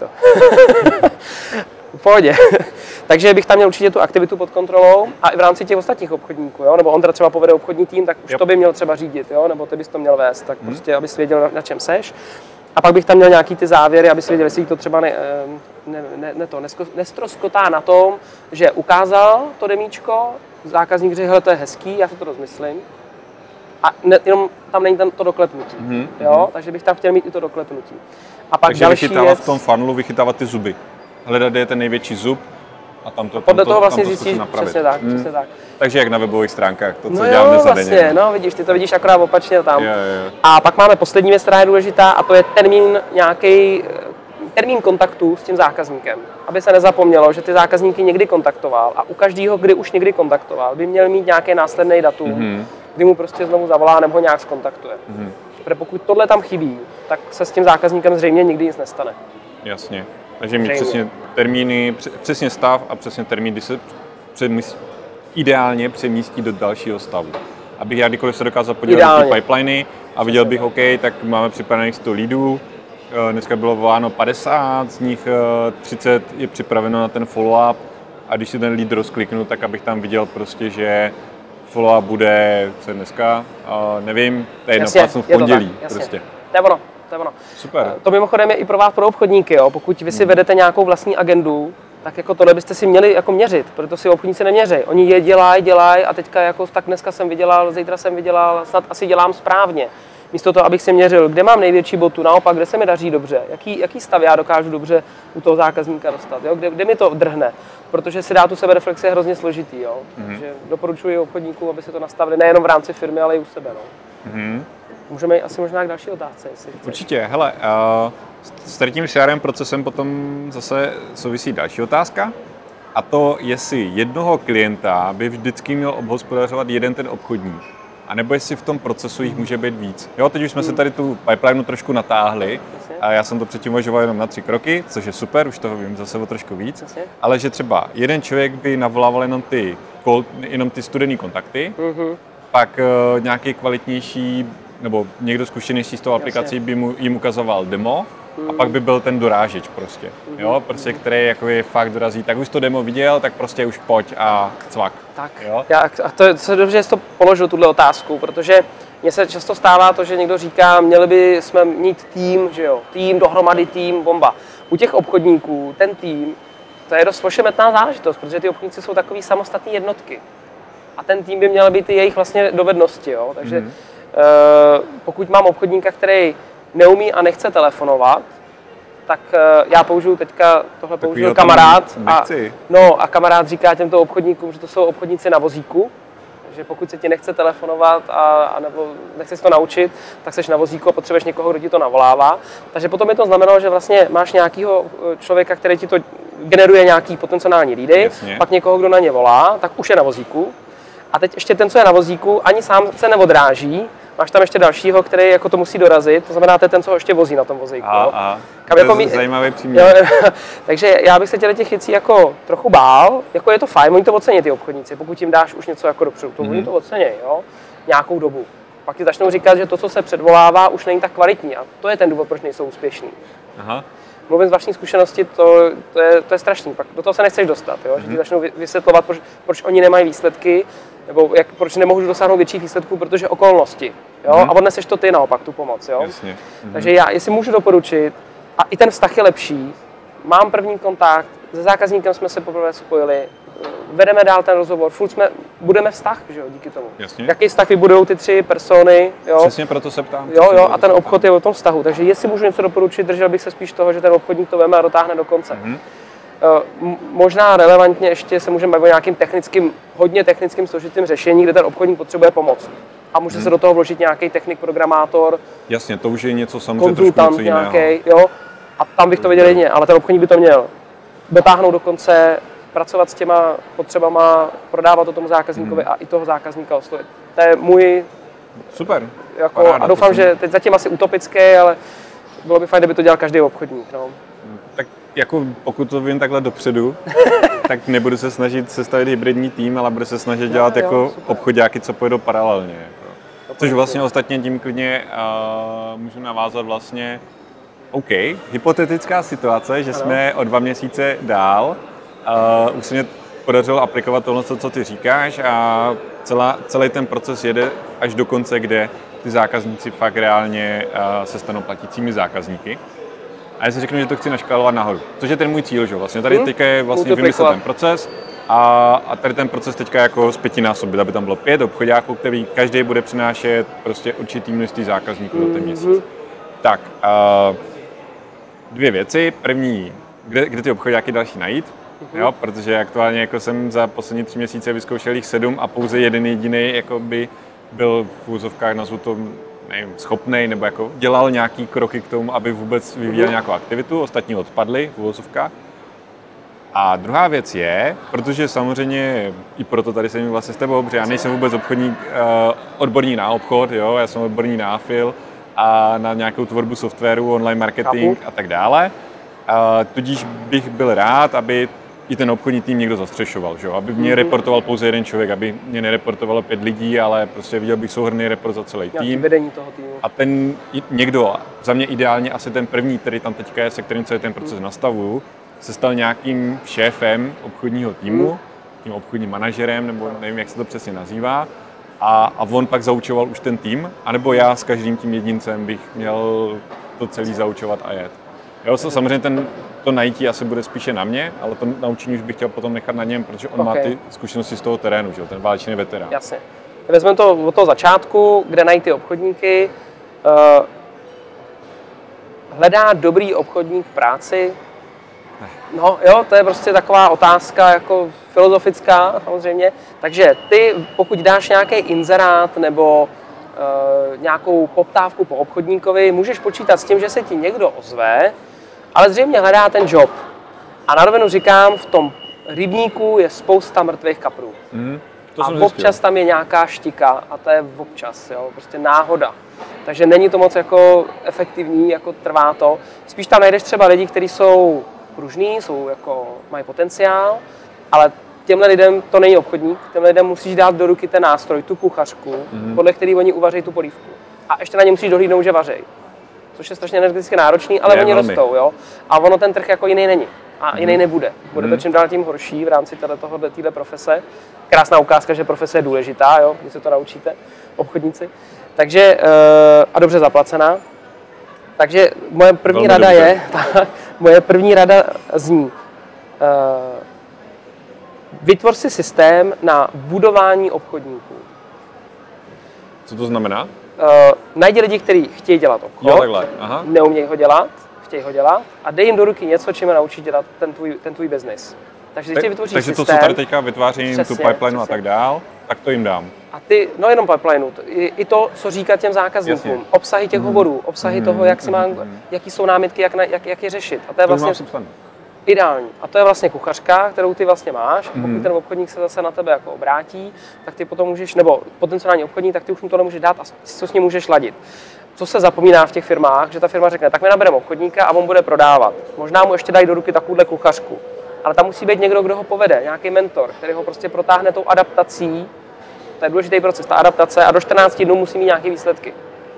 V pohodě. Takže bych tam měl určitě tu aktivitu pod kontrolou a i v rámci těch ostatních obchodníků, jo? Nebo Ondra třeba povede obchodní tým, tak už to by měl třeba řídit, jo? Nebo ty bys to měl vést, tak prostě, abys věděl, na čem seš. A pak bych tam měl nějaký ty závěry, abys věděl, jestli to třeba nestroskotá na tom, že ukázal to demíčko, zákazník řekl, hele, to je hezký, já si to rozmyslím. A jenom tam není to doklepnutí, jo? Takže bych tam chtěl mít i to doklepnutí. A pak takže vychytávat v tom funnelu, vychytávat ty zuby. Hledat, kde je ten největší zub a tam to podle toho vlastně zjistíš, přesně tak. Takže jak na webových stránkách, to, co děláme dnes za vlastně, denně. no vidíš, ty to vidíš akorát opačně tam. Jo. A pak máme poslední věc, která je důležitá, a to je termín kontaktu s tím zákazníkem. Aby se nezapomnělo, že ty zákazníky někdy kontaktoval a u každého, kdy už někdy kontaktoval, by měl mít nějaký následný datum, kdy mu prostě znovu zavolá nebo ho nějak zkontaktuje. Protože pokud tohle tam chybí, tak se s tím zákazníkem zřejmě nikdy nic nestane. Jasně. Takže mít přesně termíny, přesně stav a přesně termín, kdy se ideálně přemístí do dalšího stavu. Abych já kdykoliv se dokázal podívat na ty pipeliny a viděl bych, OK, tak máme připravených 100 leadů, dneska bylo voláno 50, z nich 30 je připraveno na ten follow-up a když si ten lead rozkliknu, tak abych tam viděl prostě, že follow-up bude, co je dneska, nevím, to je jedno, plácnu v pondělí prostě. To je ono. Super. To mimochodem je i pro vás, pro obchodníky, jo. Pokud vy si vedete nějakou vlastní agendu, tak jako tohle byste si měli jako měřit, protože si obchodníci neměří. Oni je dělají a teďka jako tak dneska jsem vydělal, zítra jsem vydělal, snad asi dělám správně. Místo toho, abych si měřil, kde mám největší botu, naopak, kde se mi daří dobře, jaký stav já dokážu dobře u toho zákazníka dostat, jo? Kde mi to drhne, protože si dá tu sebereflexi je hrozně složitý. Jo? Takže doporučuji obchodníkům, aby si to nastavili nejenom v rámci firmy, ale i u sebe. No? Můžeme jít asi možná k další otázce, jestli chceš. Určitě, hele, s tím CRM procesem potom zase souvisí další otázka, a to, jestli jednoho klienta by vždycky měl obhospodařovat jeden ten obchodník, anebo jestli v tom procesu jich může být víc. Jo, teď už jsme se tady tu pipeline trošku natáhli a já jsem to předtím uvažoval jenom na 3 kroky, což je super, už toho vím zase o trošku víc, ale že třeba jeden člověk by navolával jenom ty studený kontakty, pak nějaký kvalitnější nebo někdo zkušenější s tou aplikací by jim ukazoval demo a pak by byl ten dorážeč prostě, jo, prostě který jako je fakt dorazí, tak už to demo viděl, tak prostě už pojď a cvak. Tak, jo? A to je dobře, že jsi to položil, tuhle otázku, protože mně se často stává to, že někdo říká, měli by jsme mít tým, že jo, tým, dohromady tým, bomba. U těch obchodníků ten tým, to je dost ošemetná záležitost, protože ty obchodníci jsou takový samostatné jednotky. A ten tým by měl být i jejich vlastně dovednosti, jo, takže pokud mám obchodníka, který neumí a nechce telefonovat, tak já použiju teďka, tohle použil kamarád a kamarád říká těmto obchodníkům, že to jsou obchodníci na vozíku, že pokud se ti nechce telefonovat a nebo nechceš to naučit, tak seš na vozíku a potřebuješ někoho, kdo ti to navolává. Takže potom by to znamenalo, že vlastně máš nějakého člověka, který ti to generuje nějaký potenciální lídy, pak někoho, kdo na ně volá, tak už je na vozíku. A teď ještě ten, co je na vozíku, ani sám se neodráží, máš tam ještě dalšího, který jako to musí dorazit, to znamená, to je ten, co ho ještě vozí na tom vozíku. To je zajímavý příměr. Takže já bych se těch věcí jako trochu bál, jako je to fajn, oni to ocení ty obchodníci, pokud jim dáš už něco jako dopředu, to oni to ocení, jo, nějakou dobu. Pak ti začnou říkat, že to, co se předvolává, už není tak kvalitní a to je ten důvod, proč nejsou úspěšní. Mluvím z vlastní zkušenosti, to je strašný, pak do toho se nechceš dostat, jo? Že ti začnou vysvětlovat, proč oni nemají výsledky, nebo proč nemohou dosáhnout větších výsledků, protože okolnosti. Jo? A odneseš to ty naopak, tu pomoc. Jo? Takže já, jestli můžu doporučit, a i ten vztah je lepší, mám první kontakt, se zákazníkem jsme se poprvé spojili, vedeme dál ten rozhovor, budeme vztah, že jo, díky tomu. Jaký vztah vybudujou ty 3 persony, jo? Přesně proto se ptám. Jo, a ten obchod je o tom vztahu, takže jestli můžu něco doporučit, držel bych se spíš toho, že ten obchodník to veme a dotáhne do konce. Možná relevantně ještě se můžeme bavit o nějakým hodně technickým složitým řešení, kde ten obchodník potřebuje pomoc. A může se do toho vložit nějaký technik, programátor. Jasně, to už je něco samozřejmě konzultant trošku něco nějaký, jo. A tam bych to viděl jedině, ale ten obchodník by to měl dotáhnout do konce, pracovat s těma potřebama, prodávat to tomu zákazníkovi a i toho zákazníka oslovit. To je můj... Super. Jako, paráda, a doufám, že teď zatím asi utopické, ale bylo by fajn, kdyby to dělal každý obchodník. No. Tak jako pokud to vím takhle dopředu, tak nebudu se snažit sestavit hybridní tým, ale budu se snažit dělat jako obchoďáky, co pojedou paralelně. Jako. Což vlastně ostatně tím klidně můžu navázat vlastně, OK, hypotetická situace, že jsme o 2 měsíce dál, už se mě podařilo aplikovat tohle, co ty říkáš a celý ten proces jede až do konce, kde ty zákazníci fakt reálně se stanou platícími zákazníky. A já si řeknu, že to chci naškálovat nahoru, což je ten můj cíl, že vlastně tady teďka je vlastně vymyslet ten proces a tady ten proces teďka jako zpětinásobit, aby tam bylo 5 obchoďáků, který každý bude přinášet prostě určitý množství zákazníků za ten měsíc. Tak, 2 věci. První, kde ty obchoďáky další najít, jo, protože aktuálně jako jsem za poslední 3 měsíce vyzkoušel jich 7 a pouze jeden jediný jako by byl v úzovkách, nazvu to, nevím, schopnej nebo jako dělal nějaký kroky k tomu, aby vůbec vyvíjel nějakou aktivitu, ostatní odpadli v úzovkách. A druhá věc je, protože samozřejmě i proto tady jsem vlastně s tebou, protože já nejsem vůbec odborník na obchod, jo, já jsem odborník na afil a na nějakou tvorbu softwaru, online marketing a tak dále. Tudíž bych byl rád, aby i ten obchodní tým někdo zastřešoval, že? Aby mě reportoval pouze jeden člověk, aby mě nereportovalo 5 lidí, ale prostě viděl bych souhrnný report za celý tým. Vedení toho týmu. A ten někdo, za mě ideálně asi ten první, který tam teďka je, se kterým celý ten proces nastavuju, se stal nějakým šéfem obchodního týmu, tím obchodním manažerem, nebo nevím, jak se to přesně nazývá. A on pak zaučoval už ten tým, anebo já s každým tím jedincem bych měl to celý zaučovat a jet. Jo, samozřejmě to najítí asi bude spíše na mě, ale to naučení už bych chtěl potom nechat na něm, protože on má ty zkušenosti z toho terénu, že? Ten válečný veterán. Jasně. Vezmeme to od toho začátku, kde najít ty obchodníky. Hledá dobrý obchodník práci? No jo, to je prostě taková otázka jako filozofická samozřejmě. Takže ty, pokud dáš nějaký inzerát nebo nějakou poptávku po obchodníkovi, můžeš počítat s tím, že se ti někdo ozve, ale zřejmě hledá ten job. A na rovinu říkám, v tom rybníku je spousta mrtvých kaprů. A občas tam je nějaká štika a to je občas, jo, prostě náhoda. Takže není to moc jako efektivní, jako trvá to. Spíš tam najdeš třeba lidi, kteří jsou pružní, mají potenciál, ale těmhle lidem to není obchodník, těmhle lidem musíš dát do ruky ten nástroj, tu kuchařku, podle který oni uvaří tu polívku. A ještě na ně musíš dohlídnout, že vařejí. Což je strašně energeticky náročný, ale oni rostou, jo. A ono ten trh jako jiný není. A jiný nebude. Bude to čím dál tím horší v rámci téhle profese. Krásná ukázka, že profese je důležitá, jo, když se to naučíte, obchodníci. Takže, a dobře zaplacená. Takže moje první rada zní, vytvoř si systém na budování obchodníků. Co to znamená? Najdi lidi, kteří chtějí dělat obchod, Jo, takhle. Aha. neumějí ho dělat, chtějí ho dělat a dej jim do ruky něco, čím je naučí dělat ten tvůj business. Takže když vytvoříš takže systém, to, co tady teďka vytvářím, tu pipeline přesně. a tak dál, tak to jim dám. A ty, no jenom pipeline, i to, co říkat těm zákazníkům, Jasně. obsahy těch hovorů, obsahy toho, jaký jsou námitky, jak je řešit. A to je To vlastně mám sepsané. ideální. A to je vlastně kuchařka, kterou ty vlastně máš. A pokud ten obchodník se zase na tebe jako obrátí, tak ty potom můžeš, nebo potenciální obchodník, tak ty už mu to nemůžeš dát a co s ním můžeš ladit. Co se zapomíná v těch firmách, že ta firma řekne, tak my nabereme obchodníka a on bude prodávat. Možná mu ještě dají do ruky takovouhle kuchařku. Ale tam musí být někdo, kdo ho povede, nějaký mentor, který ho prostě protáhne tou adaptací. To je důležitý proces, ta adaptace a do 14 dnů musí mít nějaké výsledky.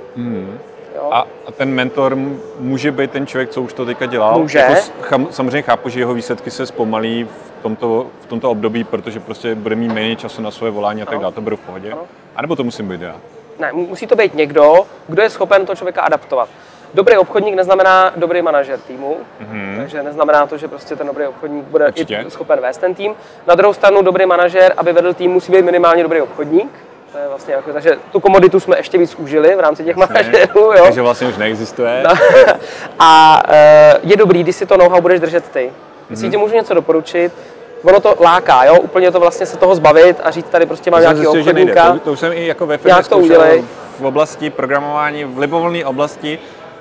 Jo? A ten mentor může být ten člověk, co už to teďka dělal? Může. Jako samozřejmě chápu, že jeho výsledky se zpomalí v tomto období, protože prostě bude mít méně času na svoje volání a tak dále, to beru v pohodě. A nebo to musím být já? Ne, musí to být někdo, kdo je schopen toho člověka adaptovat. Dobrý obchodník neznamená dobrý manažer týmu, takže neznamená to, že prostě ten dobrý obchodník bude i schopen vést ten tým. Na druhou stranu dobrý manažer, aby vedl tým, musí být minimálně dobrý obchodník. To je vlastně jako, takže tu komoditu jsme ještě víc užili v rámci těch manažerů. Jo. Takže vlastně už neexistuje. No. A je dobrý, když si to know-how budeš držet ty. Jestli ti můžu něco doporučit, ono to láká, jo? Úplně to vlastně se toho zbavit a říct tady prostě mám nějaký obchodníka. To už jsem i jako ve firmě zkoušel v oblasti programování, v libovolné oblasti.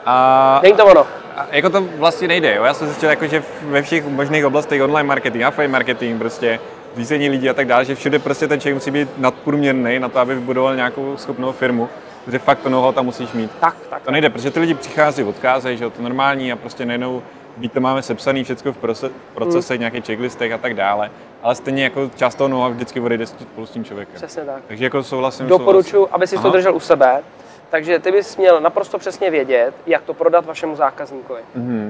A není to ono. Jako to vlastně nejde, jo? Já jsem zjistil, jako, že ve všech možných oblastech online marketing, offline marketing, prostě řízení lidí a tak dále, že všude prostě ten člověk musí být nadprůměrný na to, aby vybudoval nějakou schopnou firmu, protože fakt to know-how tam musíš mít. Tak. To nejde, protože ty lidi přichází, odcházejí, že jo, to normální a prostě najednou to máme sepsaný všechno v procesech, nějakých checklistech a tak dále, ale stejně jako část toho know-how vždycky odejde spolu s tím člověkem. Přesně tak. Takže jako souhlasím. Doporučuji, aby si to držel u sebe. Takže ty bys měl naprosto přesně vědět, jak to prodat vašemu zákazníkovi.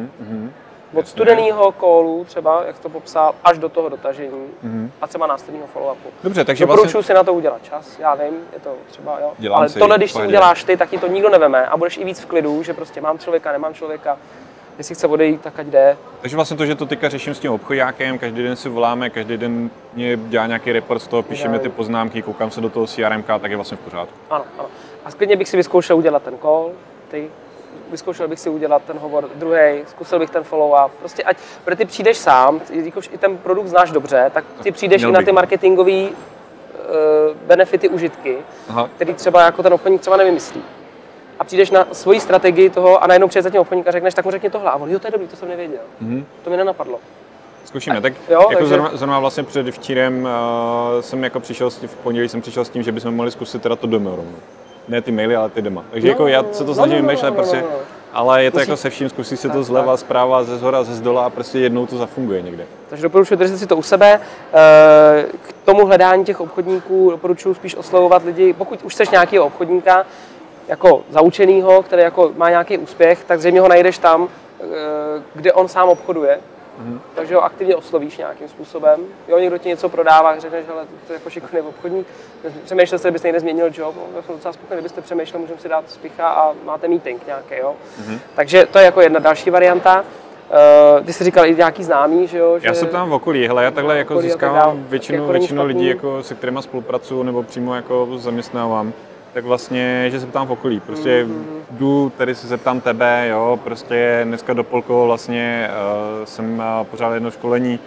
Od studeného callu třeba, jak jsi to popsal, až do toho dotažení a třeba následného follow-upu. Dobře, takže doporučuji vlastně... si na to udělat čas, já vím, je to třeba, jo. Dělám ale si, tohle, když si uděláš ty, tak ti to nikdo neveme a budeš i víc v klidu, že prostě mám člověka, nemám člověka. Jestli chce odejít, tak ať jde. Takže vlastně to, že to teďka řeším s tím obchodňákem, každý den si voláme, každý den mě dělá nějaký report z toho, píšeme ty poznámky, koukám se do toho CRM, tak je vlastně v pořádku. Ano. A klidně bych si vyzkoušel udělat ten call, vyzkoušel bych si udělat ten hovor druhý, zkusil bych ten follow-up. Prostě protože ty přijdeš sám, když i ten produkt znáš dobře, tak ty přijdeš i na ty marketingové benefity, užitky, který třeba jako ten obchodník třeba nevymyslí. A přijdeš na svoji strategii toho a najednou přijde za tím obchodník a řekneš, tak mu řekni tohle. A on, jo, to je dobrý, to jsem nevěděl. To mi nenapadlo. Zkusíme. Tak jo, jako takže... zrovna vlastně předevčírem jsem jako přišel v pondělí jsem přišel s tím, že bychom mohli zkusit teda to demo rovnou. Ne ty maily, ale ty dema. Takže jako já se to snažím vymýšlet prostě, ale je to jako se vším, zkusí si to zleva, zprava, ze zhora, ze zdola a prostě jednou to zafunguje někde. Takže doporučuji držet si to u sebe. K tomu hledání těch obchodníků doporučuji spíš oslovovat lidi, pokud už chceš nějakého obchodníka, jako zaučenýho, který jako má nějaký úspěch, tak zřejmě ho najdeš tam, kde on sám obchoduje. Takže ho aktivně oslovíš nějakým způsobem. Jo, někdo ti něco prodává, řekneš, ale to je jako šikovný obchodník. Přemýšlel jste, byste někde změnil job, já jsem docela spokojený, kdybyste přemýšlel, můžeme si dát spicha a máte meeting nějaký, jo. Takže to je jako jedna další varianta. Ty jsi říkal i nějaký známý, že jo? Že... Já jsem tam v okolí, hele, já takhle jako získávám většinu lidí, jako, se kterými spolupracuju nebo přímo jako zaměstnávám. Tak vlastně, že se ptám v okolí, prostě jdu, tady se zeptám tebe, jo, prostě dneska do Polkovo vlastně jsem pořádal jedno školení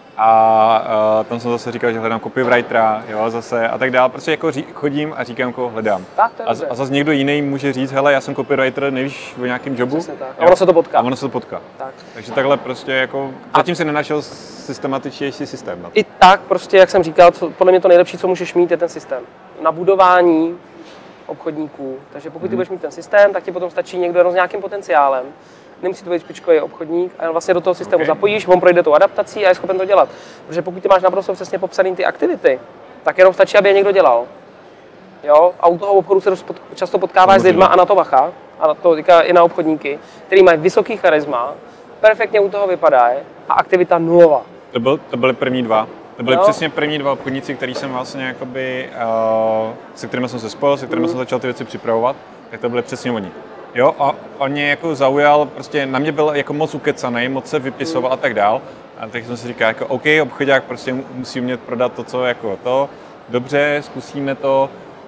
a tam jsem zase říkal, že hledám copywritera, jo, zase a tak dále, prostě jako chodím a říkám, koho hledám. A zase někdo jiný může říct, hele, já jsem copywriter, nevíš o nějakém jobu? A ono se to potká. A ono se to potká. Tak. Takže takhle prostě jako, zatím se nenašel systematičnější systém. I tak prostě, jak jsem říkal, podle mě to nejlepší, co můžeš mít, je ten systém. Na budování obchodníků. Takže pokud ty budeš mít ten systém, tak ti potom stačí někdo jenom s nějakým potenciálem. Nemusí to být špičkový obchodník, ale vlastně do toho systému zapojíš, on projde tou adaptací a je schopen to dělat. Protože pokud ty máš naprosto přesně popsané ty aktivity, tak jenom stačí, aby je někdo dělal. Jo? A u toho obchodu se často potkáváš s lidma a na to bacha, a to říká i na obchodníky, který mají vysoký charisma, perfektně u toho vypadají a aktivita nulová. To byly první dva. To byly přesně první dva obchodníci, který jsem vlastně jakoby, se kterými jsem se spojil, se kterými jsem začal ty věci připravovat, tak to byly přesně oni. Jo, a on mě jako zaujal, prostě na mě byl jako moc ukecanej, moc se vypisoval a tak dál. A tak jsem si říkal, jako OK, obchodák prostě musí umět prodat to, co jako to. Dobře, zkusíme to.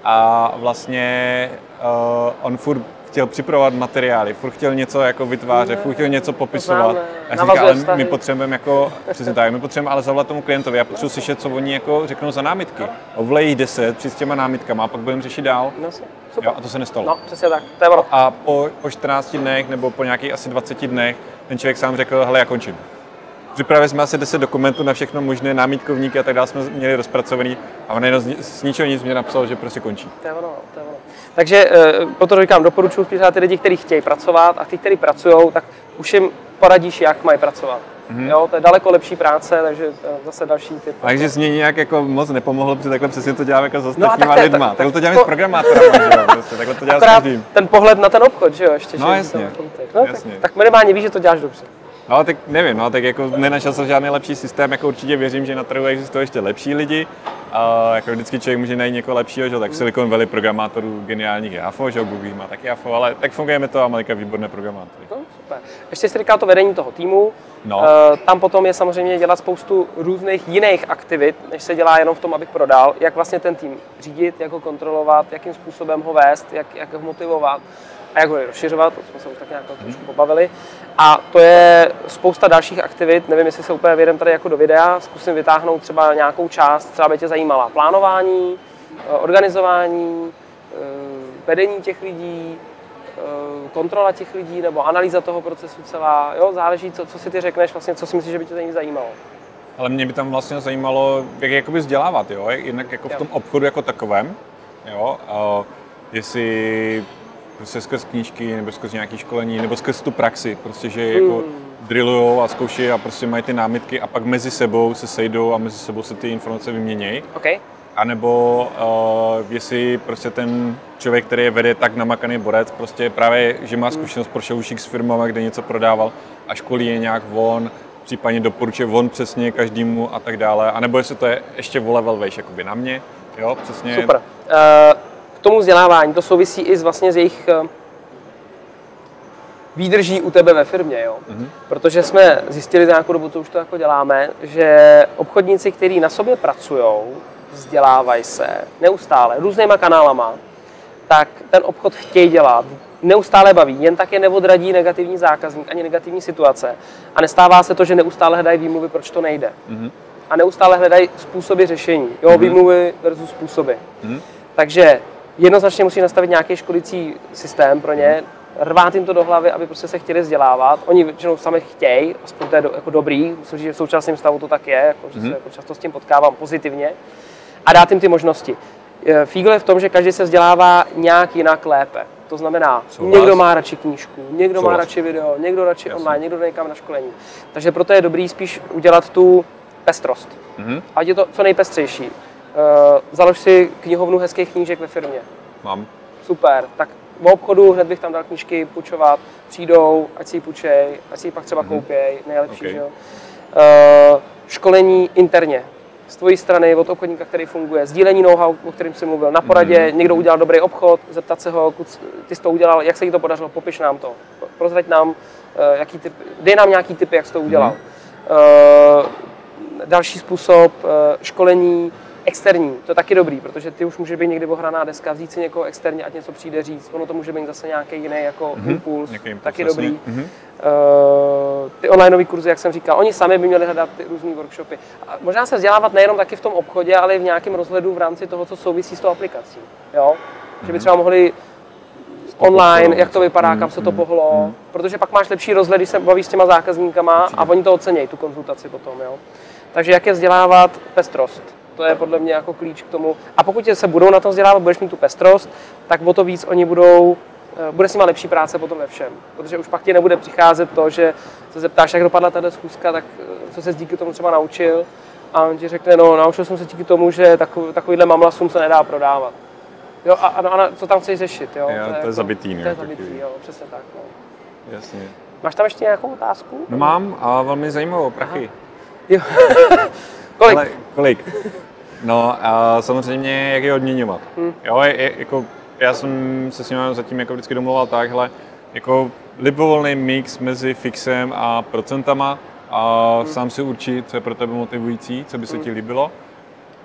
a vlastně on furt chtěl připravovat materiály, furt chtěl něco jako vytvářet, furt chtěl něco popisovat. A říká, ale my potřebujeme jako, přesně tak, my potřebujeme ale zavolat tomu klientovi, já potřebuji slyšet, co oni jako řeknou za námitky. Ovlej jich 10 při s těma námitkama a pak budeme řešit dál. No, super. Jo, a to se nestalo. No, přesně tak, to je ono. A po 14 dnech nebo po nějakých asi 20 dnech ten člověk sám řekl, hele, já končím. Připravili jsme asi 10 dokumentů na všechno možné, námitkovníky a tak dále jsme měli rozpracovaný a on jenom z ničeho nic mě napsal, že prostě končí. To je ono. Takže proto říkám, doporučuji spíš ty lidi, kteří chtějí pracovat a ty, kteří pracují, tak už jim poradíš, jak mají pracovat. Jo, to je daleko lepší práce, takže zase další tip. Takže jsi mě nějak jako moc nepomohl, protože takhle přesně to dělám jako s ostatníma lidma. Takhle to dělám s programátorama, že jo, prostě, takhle to dělám s každým. Ten pohled na ten obchod, že jo, ještě. No jasně. Tak minimálně víš, že to děláš dobře. No, tak nevím, no, tak jako nenašel jsem žádný lepší systém, jako určitě věřím, že na trhu existují ještě lepší lidi. A jako vždycky člověk může najít někoho lepšího, že? Tak Silicon Valley programátorů geniálních je AFO, že Google má taky AFO, ale tak fungujeme to a má výborné programátory. No, super. Ještě jsi říkal to vedení toho týmu. No. Tam potom je samozřejmě dělat spoustu různých jiných aktivit, než se dělá jenom v tom, abych prodal. Jak vlastně ten tým řídit, jak ho kontrolovat, jakým způsobem ho vést, jak ho motivovat a jak ho rozšiřovat, to jsme se už tak nějak trošku pobavili. A to je spousta dalších aktivit, nevím, jestli se úplně vědem tady jako do videa, zkusím vytáhnout třeba nějakou část, třeba by tě zajímala plánování, organizování, vedení těch lidí, kontrola těch lidí nebo analýza toho procesu celá, jo, záleží, co si ty řekneš, vlastně, co si myslíš, že by tě tady zajímalo. Ale mě by tam vlastně zajímalo, jak jakoby vzdělávat, jo, jinak jako v tom obchodu jako takovém, jo, jestli prostě skrz knížky, nebo skrz nějaké školení, nebo skrz tu praxi, prostě, že jako drillujou a zkouší a prostě mají ty námitky a pak mezi sebou se sejdou a mezi sebou se ty informace vyměnějí. Okay. A nebo jestli prostě ten člověk, který je vede, tak namakaný borec, prostě právě, že má zkušenost, prošel už s firmama, kde něco prodával a školí je nějak von, případně doporučuje von přesně každému a tak dále. A nebo jestli to je ještě o level vejš, jakoby na mě, jo, přesně. Super. K tomu vzdělávání, to souvisí i vlastně s jejich výdrží u tebe ve firmě, jo. Protože jsme zjistili za nějakou dobu, co už to jako děláme, že obchodníci, kteří na sobě pracují, vzdělávají se neustále různýma kanálama, tak ten obchod chtějí dělat, neustále baví, jen tak je neodradí negativní zákazník ani negativní situace. A nestává se to, že neustále hledají výmluvy, proč to nejde. A neustále hledají způsoby řešení, jo, výmluvy versus způsoby. Takže jednoznačně musí nastavit nějaký školící systém pro ně, rvát jim to do hlavy, aby prostě se chtěli vzdělávat. Oni většinou sami chtějí, aspoň to je jako dobrý, myslím, že v současném stavu to tak je, jako, že se jako často s tím potkávám pozitivně. A dát jim ty možnosti. Fígl je v tom, že každý se vzdělává nějak jinak lépe. To znamená, někdo má radši knížku, někdo má radši video, někdo radši online, někdo jde někam na školení. Takže proto je dobrý spíš udělat tu pestrost. Ať je to co nejpestřejší. Založ si knihovnu hezkých knížek ve firmě. Mám. Super, tak v obchodu hned bych tam dal knížky půjčovat, přijdou, ať si ji půjčej, ať si ji pak třeba koupěj, nejlepší, že jo. Školení interně. Z tvojí strany, od obchodníka, který funguje, sdílení know-how, o kterém jsi mluvil, na poradě, někdo udělal dobrý obchod, zeptat se ho, ty jsi to udělal, jak se ti to podařilo, popiš nám to, prozrať nám, dej nám nějaký tipy, jak jsi to udělal. Další způsob, školení externí, to je taky dobrý, protože ty už může být někdy ohraná deska, vzít si někoho externě, ať něco přijde říct, ono to může být zase nějaký jiný jako impuls, taky dobrý. Ty onlineové kurzy, jak jsem říkal, oni sami by měli hledat ty různé workshopy. A možná se vzdělávat nejenom taky v tom obchodě, ale i v nějakém rozhledu v rámci toho, co souvisí s tou aplikací. Jo? Že by třeba mohli online, jak to vypadá, kam se to pohlo, protože pak máš lepší rozhled, když se bavíš s těma zákazníkama a oni to ocenějí, tu konzultaci potom. Jo? Takže jak je vzdělávat pestrost? To je podle mě jako klíč k tomu. A pokud se budou na tom vzdělávat, budeš mít tu pestrost, tak o to víc oni bude s nima lepší práce potom ve všem. Protože už pak ti nebude přicházet to, že se zeptáš, jak dopadla tato schůzka, tak co se díky tomu třeba naučil. A on ti řekne, no naučil jsem se díky tomu, že takovýhle mamlasům se nedá prodávat. Jo, a co tam chceš řešit, jo? To je zabitý, ne? To je zabitý, jo, přesně tak. No. Jasně. Máš tam ještě nějakou otázku? No mám a velmi zajímavou, prachy. Jo. Kolik? Ale, kolik? No a samozřejmě, jak je odměňovat. Jo, jako, já jsem se s ním zatím jako vždycky domluval takhle, jako libovolný mix mezi fixem a procentama a sám si určit, co je pro tebe motivující, co by se ti líbilo.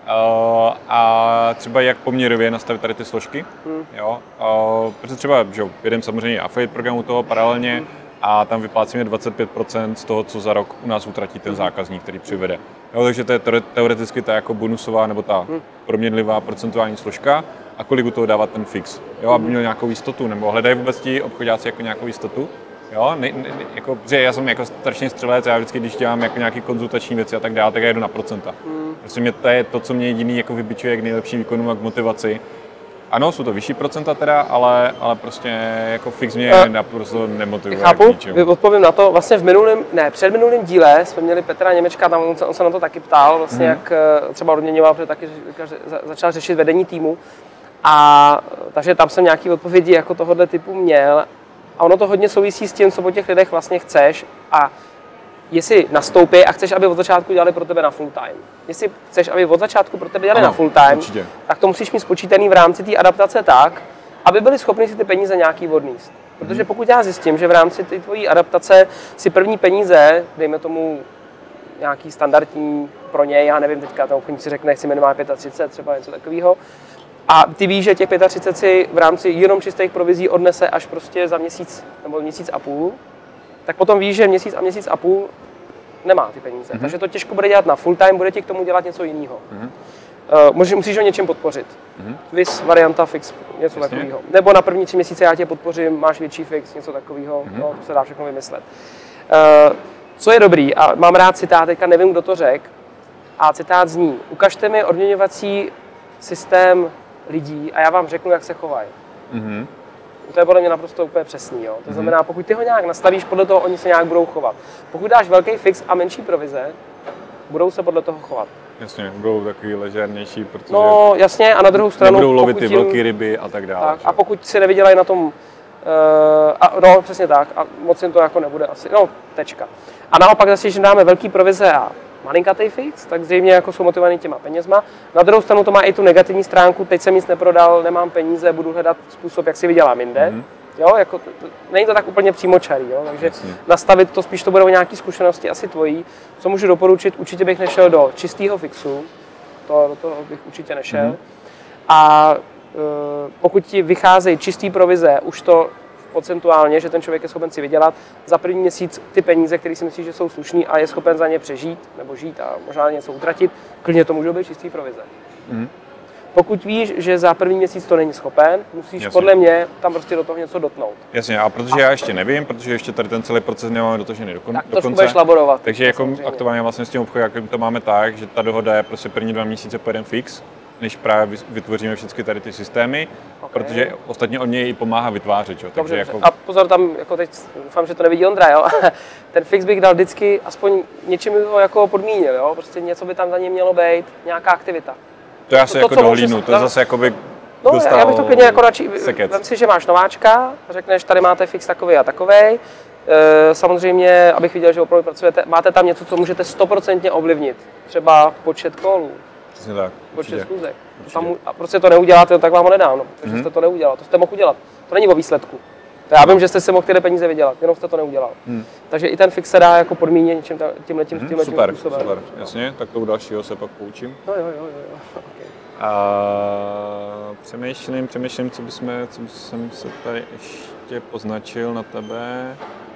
a třeba jak poměrově nastavit tady ty složky, jo, protože třeba, že jedem samozřejmě affiliate program u toho paralelně a tam vyplácíme 25% z toho, co za rok u nás utratí ten zákazník, který přivede. Jo, takže to je teoreticky ta jako bonusová nebo ta proměnlivá procentuální složka a kolik u toho dávat ten fix, jo, aby měl nějakou jistotu, nebo hledají vůbec ti obchodáci jako nějakou jistotu. Jo, jako, protože já jsem jako strašně střelec, já vždycky, když dělám jako nějaké konzultační věci a tak dále, tak já jedu na procenta. Prostě to je to, co mě jediný jako vybičuje k nejlepší výkonu a k motivaci. Ano, jsou to vyšší procenta teda, ale prostě jako fix mě naprosto nemotivuje. Chápu, odpovím na to. Vlastně předminulém díle jsme měli Petra Němečka, tam on se na to taky ptal, vlastně jak třeba odměňoval, protože taky začal řešit vedení týmu. A takže tam jsem nějaké odpovědi jako tohohle typu měl. A ono to hodně souvisí s tím, co po těch lidech vlastně chceš a jestli nastoupí a chceš, aby od začátku dělali pro tebe na full time. Jestli chceš, aby od začátku pro tebe dělali na full time, určitě. Tak to musíš mít spočítaný v rámci té adaptace tak, aby byli schopni si ty peníze nějaký odníst. Protože pokud já zjistím, že v rámci té tvojí adaptace si první peníze, dejme tomu nějaký standardní pro něj, já nevím, teďka ten obchodník si řekne, chci minimálně 35, třeba něco takového, a ty víš, že těch 35 si v rámci jenom čistých provizí odnese až prostě za měsíc nebo měsíc a půl, tak potom víš, že měsíc a měsíc a půl nemá ty peníze. Takže to těžko bude dělat na full time, bude ti k tomu dělat něco jiného. Musíš ho něčím podpořit. Vis, varianta, fix, něco takového. Nebo na první 3 měsíce já tě podpořím, máš větší fix, něco takového. No, to se dá všechno vymyslet. Co je dobrý, a mám rád citát, teďka nevím, kdo to řekl, a citát zní: ukažte mi odměňovací systém lidí a já vám řeknu, jak se chovají. To je podle mě naprosto úplně přesný. Jo? To znamená, pokud ty ho nějak nastavíš, podle toho oni se nějak budou chovat. Pokud dáš velký fix a menší provize, budou se podle toho chovat. Jasně, budou takový ležérnější, protože no jasně, a na druhou stranu nebudou lovit ty velké ryby a tak dále. Tak, a pokud si nevydělají na tom, no přesně tak, a moc jim to jako nebude asi, no tečka. A naopak zase, že dáme velký provize a malinkatý fix, tak zřejmě jako jsou motivovaný těma penězma. Na druhou stranu to má i tu negativní stránku, teď jsem nic neprodal, nemám peníze, budu hledat způsob, jak si vydělám jinde. Jo, jako není to tak úplně přímočarý, jo, takže jasně. Nastavit to, spíš to budou nějaké zkušenosti asi tvojí. Co můžu doporučit, určitě bych nešel do čistého fixu, do toho bych určitě nešel. A pokud ti vycházejí čistý provize, už to procentuálně, že ten člověk je schopen si vydělat za první měsíc ty peníze, které si myslí, že jsou slušný a je schopen za ně přežít nebo žít a možná něco utratit, klidně to můžou být čistý provize. Pokud víš, že za první měsíc to není schopen, musíš podle mě tam prostě do toho něco dotnout. Jasně, a protože já ještě nevím, protože ještě tady ten celý proces nemáme dotažený do konce. Tak to budeš laborovat. Takže jako aktuálně vlastně s tím obchodem to máme tak, že ta dohoda je prostě první 2 měsíce po jeden fix, než právě vytvoříme všechny tady ty systémy, protože ostatně on něj i pomáhá vytvářet. Jo? Dobře, jako... A pozor, tam jako teď doufám, že to nevidí Ondra, jo? Ten fix bych dal vždycky aspoň něčím ho jako podmínil, jo? Prostě něco by tam za ně mělo být, nějaká aktivita. To já se jako dohlídnu, to je zase jakoby já bych to klidně jako radši, vem si, že máš nováčka, řekneš, tady máte fix takový a takovej. Samozřejmě, abych viděl, že opravdu pracujete, máte tam něco, co můžete 100% ovlivnit. Třeba počet kolů, počet schůzek. A prostě to neuděláte, tak vám ho nedám, no, takže jste to neudělal, to jste mohl udělat. To není o výsledku. Já vím, že jste si mohl tyhle peníze vydělat, jenom jste to neudělal. Takže i ten fix se dá jako podmínit tímhletím způsobem. Super, jasně, tak to u dalšího se pak poučím. Jo. Okay. A přemýšlím, co jsem se tady ještě poznačil na tebe.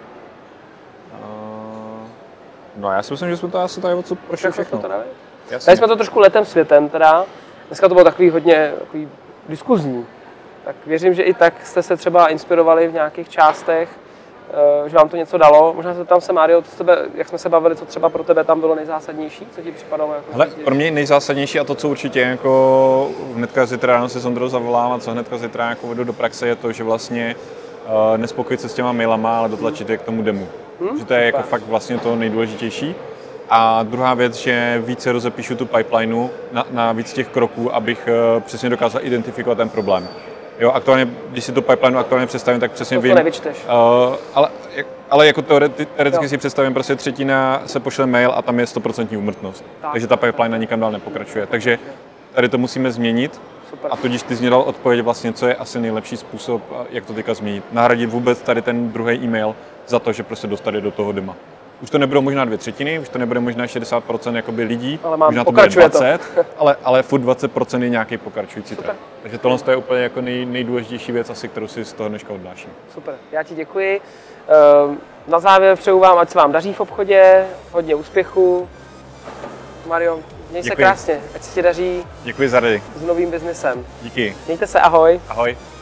No já si myslím, že jsme to asi tady odsud prošli všechno. Tady jsme to trošku letem světem teda. Dneska to bylo takový diskuzní. Tak věřím, že i tak jste se třeba inspirovali v nějakých částech, že vám to něco dalo. Možná se tam Mário, jak jsme se bavili, co třeba pro tebe tam bylo nejzásadnější, co ti připadalo jako... Hele, pro mě nejzásadnější a to, co určitě jako hnedka zítra ráno se s Ondrou zavolám a co hnedka zítra jako vedu do praxe, je to, že vlastně nespokojit se s těma mailama, ale dotlačit je k tomu demu. Že to je jako fakt vlastně to nejdůležitější. A druhá věc, že více rozepíšu tu pipelineu na víc těch kroků, abych přesně dokázal identifikovat ten problém. Jo, aktuálně, když si tu pipeline aktuálně představím, tak přesně vím. To nevyčteš. Ale jako teoreticky si představím, prostě třetina se pošle mail a tam je 100% úmrtnost. Takže ta pipeline nikam dál nepokračuje. Takže tady to musíme změnit. Super. A tudíž ty jsi mě dal odpověď vlastně, co je asi nejlepší způsob, jak to teďka změnit. Nahradit vůbec tady ten druhý e-mail za to, že prostě dostali do toho dema. už to nebudou možná 2/3, už to nebude možná 60% jakoby lidí, ale možná to bude 20, ale furt 20% je nějaký pokračující trend. Takže tohle je úplně jako nejdůležitější věc asi, kterou si z toho dneška odnáším. Super, já ti děkuji. Na závěr přeju vám, ať se vám daří v obchodě, hodně úspěchu. Mario, měj se krásně, ať se ti daří. Děkuji za rady. S novým biznesem. Díky. Mějte se, ahoj. Ahoj.